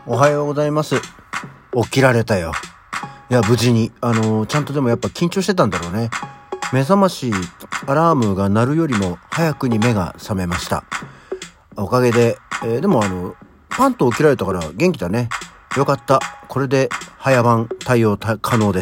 おはようございます。起きられたよ。いや、無事に。ちゃんとでもやっぱ緊張してたんだろうね。目覚まし、アラームが鳴るよりも早くに目が覚めました。おかげで、でもパンと起きられたから元気だね。よかった。これで早番対応可能です。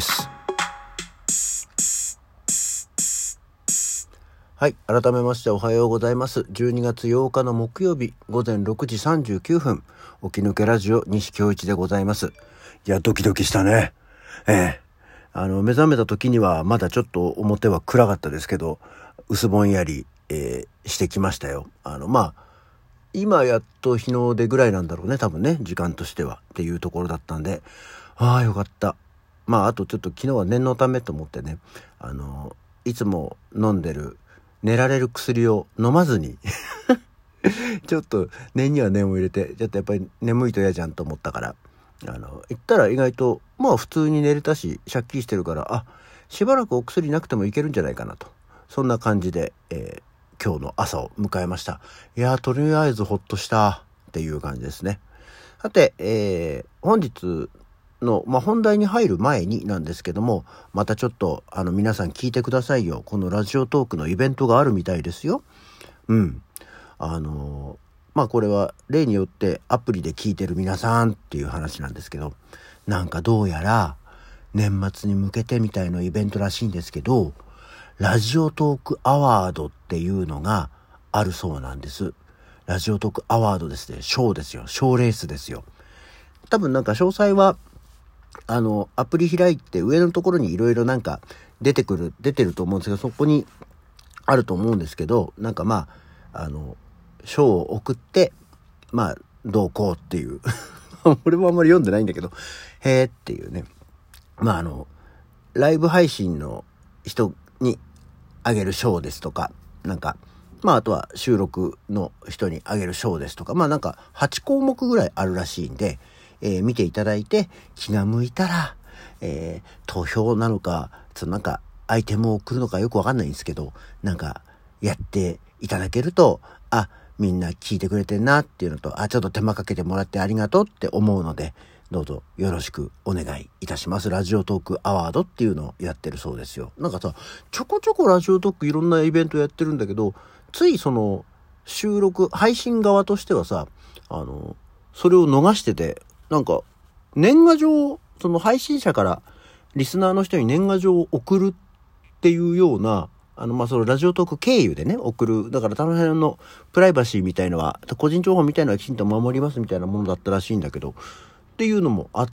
はい。改めましておはようございます。12月8日の木曜日午前6時39分。起き抜けラジオ西京一でございます。いや、ドキドキしたね。目覚めた時にはまだちょっと表は暗かったですけど、薄ぼんやり、してきましたよ。今やっと日の出ぐらいなんだろうね。多分ね、時間としてはっていうところだったんで、よかった。あとちょっと昨日は念のためと思ってね、いつも飲んでる寝られる薬を飲まずにちょっと念には念を入れて、ちょっとやっぱり眠いと嫌じゃんと思ったから、行ったら意外と普通に寝れたし、シャッキリしてるから、しばらくお薬なくてもいけるんじゃないかなと、そんな感じで、今日の朝を迎えました。いやー、とりあえずほっとしたっていう感じですね。さて、本日の、本題に入る前になんですけども、またちょっと皆さん聞いてくださいよ。このラジオトークのイベントがあるみたいですよ。これは例によってアプリで聞いてる皆さんっていう話なんですけど、なんかどうやら年末に向けてみたいなイベントらしいんですけど、ラジオトークアワードっていうのがあるそうなんです。ラジオトークアワードですね。賞ですよ。賞レースですよ。多分なんか詳細はアプリ開いて上のところにいろいろなんか出てると思うんですけど、そこにあると思うんですけど、なんか賞を送って、どうこうっていう。俺もあんまり読んでないんだけど、へーっていうね。ライブ配信の人にあげる賞ですとか、あとは収録の人にあげる賞ですとか、8項目ぐらいあるらしいんで、見ていただいて気が向いたら、投票なのか、アイテムを送るのかよくわかんないんですけど、やっていただけると、みんな聞いてくれてんなっていうのと、ちょっと手間かけてもらってありがとうって思うので、どうぞよろしくお願いいたします。ラジオトークアワードっていうのをやってるそうですよ。ちょこちょこラジオトークいろんなイベントやってるんだけど、ついその収録、配信側としてはさ、それを逃してて、年賀状、その配信者からリスナーの人に年賀状を送るっていうような、そのラジオトーク経由でね、送る。だから、その辺のプライバシーみたいのは、個人情報みたいのはきちんと守りますみたいなものだったらしいんだけど、っていうのもあって、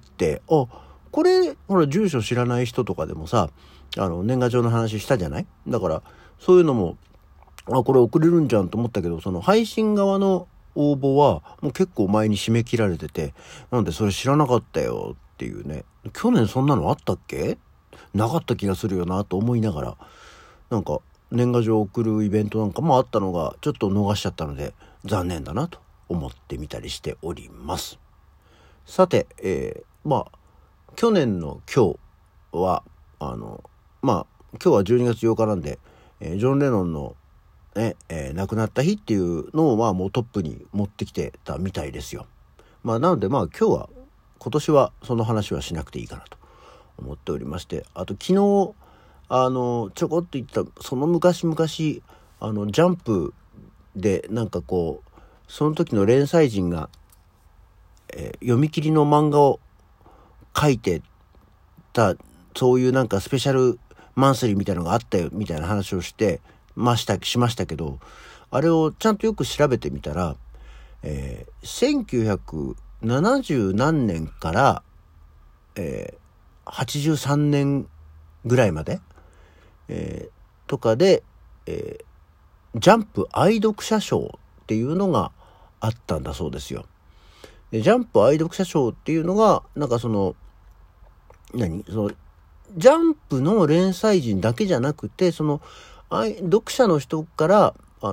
これ、ほら、住所知らない人とかでもさ、年賀状の話したじゃない？だから、そういうのも、これ送れるんじゃんと思ったけど、その配信側の応募は、もう結構前に締め切られてて、なんでそれ知らなかったよっていうね。去年そんなのあったっけ？なかった気がするよなと思いながら、年賀状を送るイベントなんかもあったのがちょっと逃しちゃったので残念だなと思ってみたりしております。さて、去年の今日は今日は12月8日なんで、ジョン・レノンの亡くなった日っていうのをもうトップに持ってきてたみたいですよ。なので今年はその話はしなくていいかなと思っておりまして、あと昨日ちょこっと言ったその昔々ジャンプでその時の連載人が、読み切りの漫画を書いてた、そういうスペシャルマンスリーみたいなのがあったよみたいな話をしましたけど、あれをちゃんとよく調べてみたら、1970何年から、83年ぐらいまでとかで、ジャンプ愛読者賞っていうのがあったんだそうですよ。で、ジャンプ愛読者賞っていうのがジャンプの連載人だけじゃなくて、読者の人から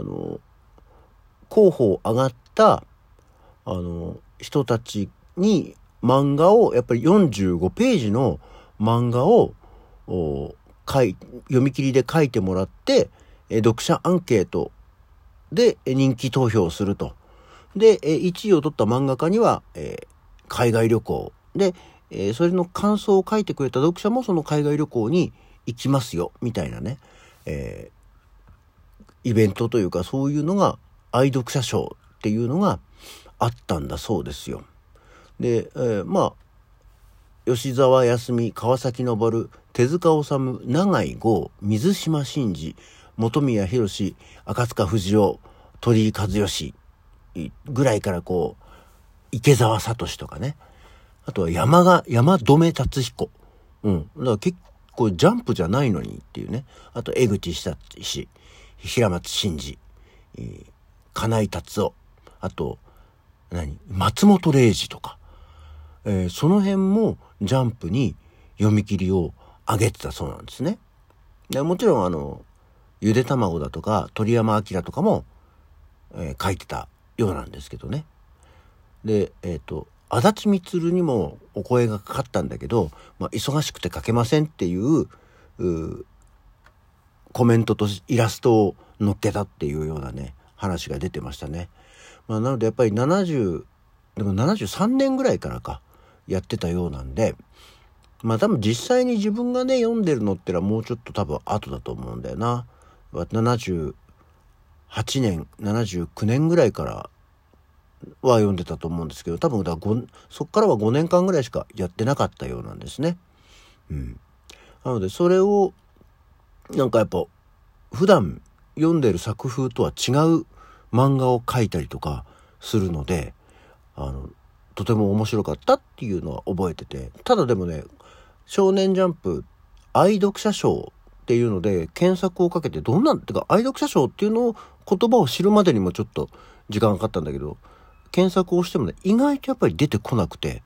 候補上がった人たちに漫画をやっぱり45ページの漫画を読み切りで書いてもらって、読者アンケートで人気投票をすると。で、1位を取った漫画家には、 海外旅行で、それの感想を書いてくれた読者もその海外旅行に行きますよみたいなね、イベントというか、そういうのが愛読者賞っていうのがあったんだそうですよ。で、吉沢康、川崎昇、手塚治虫、永井豪、水島新司、本宮宏、赤塚不二夫、鳥居和義ぐらいからこう池澤聡とかね、あとは山留達彦、だから結構ジャンプじゃないのにっていうね。あと江口久志、平松真二、金井達夫、あと松本零士とか、その辺もジャンプに読み切りを上げてたそうなんですね。でもちろんゆで卵だとか鳥山明とかも、書いてたようなんですけどね。で足立みつるにもお声がかかったんだけど、忙しくて書けませんっていうコメントとイラストを載っけたっていうようなね話が出てましたね。なのでやっぱり73年ぐらいからかやってたようなんで、多分実際に自分がね読んでるのってのはもうちょっと多分後だと思うんだよな。78年79年ぐらいからは読んでたと思うんですけど、多分そっからは5年間ぐらいしかやってなかったようなんですね。なのでそれをなんかやっぱ普段読んでる作風とは違う漫画を描いたりとかするので、とても面白かったっていうのは覚えてて、ただでもね、少年ジャンプ愛読者賞っていうので検索をかけて愛読者賞っていうのを言葉を知るまでにもちょっと時間がかかったんだけど、検索をしてもね意外とやっぱり出てこなくて、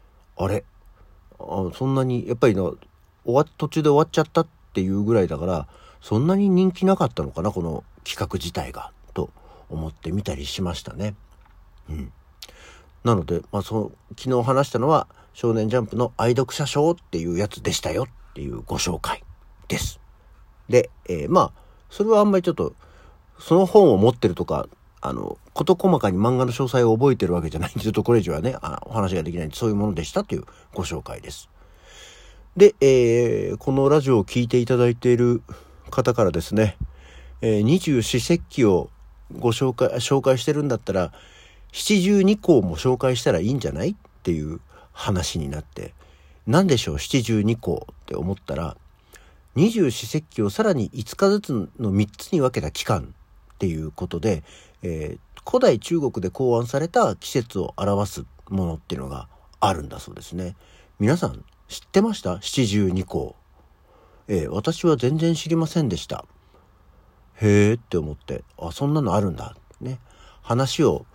そんなにやっぱり途中で終わっちゃったっていうぐらいだから、そんなに人気なかったのかなこの企画自体がと思ってみたりしましたね。なので、昨日話したのは少年ジャンプの愛読者賞っていうやつでしたよっていうご紹介です。で、それはあんまりちょっとその本を持ってるとか事細かに漫画の詳細を覚えてるわけじゃないんで、ちょっとこれ以上はねお話ができないんで、そういうものでしたというご紹介です。で、このラジオを聞いていただいている方からですね、二十四節気を紹介してるんだったら七十二候も紹介したらいいんじゃないっていう話になって、何でしょう七十二候って思ったら、二十四節気をさらに5日ずつの3つに分けた期間っていうことで、古代中国で考案された季節を表すものっていうのがあるんだそうですね。皆さん知ってました七十二候？私は全然知りませんでした。へーって思って、そんなのあるんだね。話を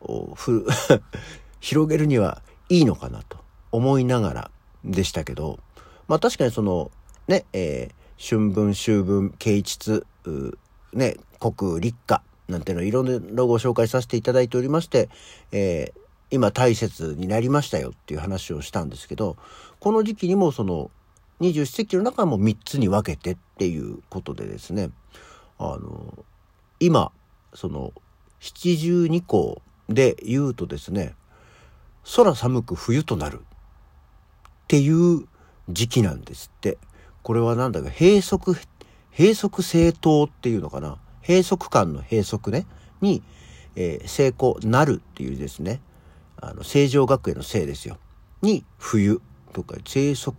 広げるにはいいのかなと思いながらでしたけど、確かにそのね、春分秋分啓蟄穀立夏なんてのいろいろご紹介させていただいておりまして、今大雪になりましたよっていう話をしたんですけど、この時期にもその二十四節気の中も3つに分けてっていうことでですね、今その七十二候で言うとですね、空寒く冬となるっていう時期なんですって。これはなんだか閉塞正当っていうのかな、閉塞感の閉塞ねに、成功なるっていうですね、成城学園の生ですよに冬とか閉塞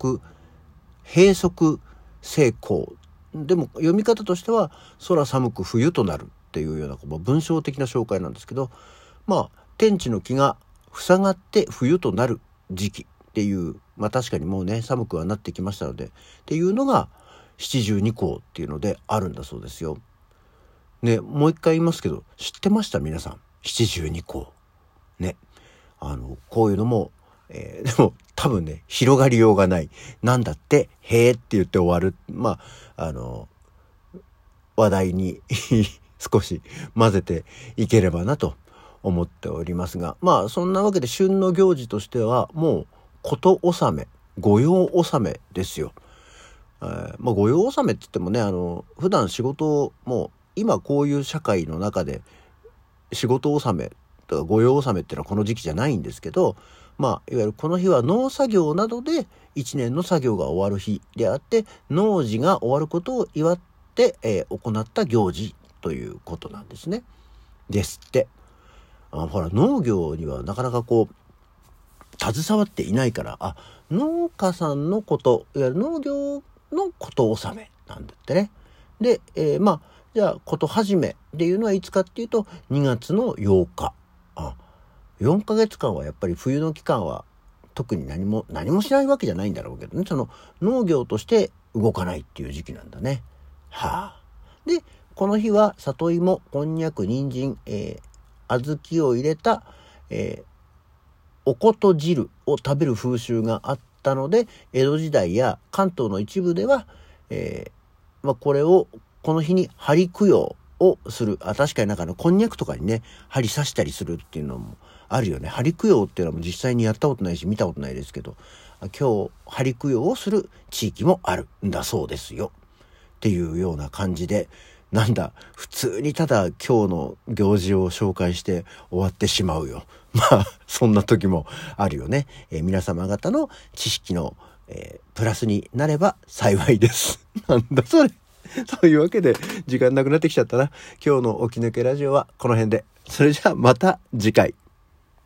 成功でも読み方としては空寒く冬となるっていうような文章的な紹介なんですけど、天地の気が塞がって冬となる時期っていう、確かにもうね寒くはなってきましたのでっていうのが七十二候っていうのであるんだそうですよ。ね、もう一回言いますけど、知ってました皆さん七十二候ね。こういうのも、でも多分ね広がりようがない、なんだってへーって言って終わる話題に少し混ぜていければなと思っておりますが、そんなわけで旬の行事としてはもうこと納め、御用納めですよ。御用納めって言ってもね、普段仕事をもう今こういう社会の中で仕事納めだから御用納めっていうのはこの時期じゃないんですけど、いわゆるこの日は農作業などで一年の作業が終わる日であって、農事が終わることを祝って、行った行事ということなんですね。ですって。ほら、農業にはなかなか携わっていないから、農家さんのこと、いわゆる農業のこと納めなんだってね。で、じゃあこと始めっていうのはいつかっていうと2月の8日。4ヶ月間はやっぱり冬の期間は特に何もしないわけじゃないんだろうけどね、その農業として動かないっていう時期なんだね。で、この日は里芋、こんにゃく、人参、小豆を入れた、おこと汁を食べる風習があったので、江戸時代や関東の一部では、これをこの日に針供養をする。確かにこんにゃくとかにね、針刺したりするっていうのもあるよね。針供養っていうのも実際にやったことないし見たことないですけど、今日針供養をする地域もあるんだそうですよっていうような感じで、普通にただ今日の行事を紹介して終わってしまうよ。そんな時もあるよね。皆様方の知識の、プラスになれば幸いです。なんだそれ。というわけで時間なくなってきちゃったな。今日の起き抜けラジオはこの辺で。それじゃあまた次回。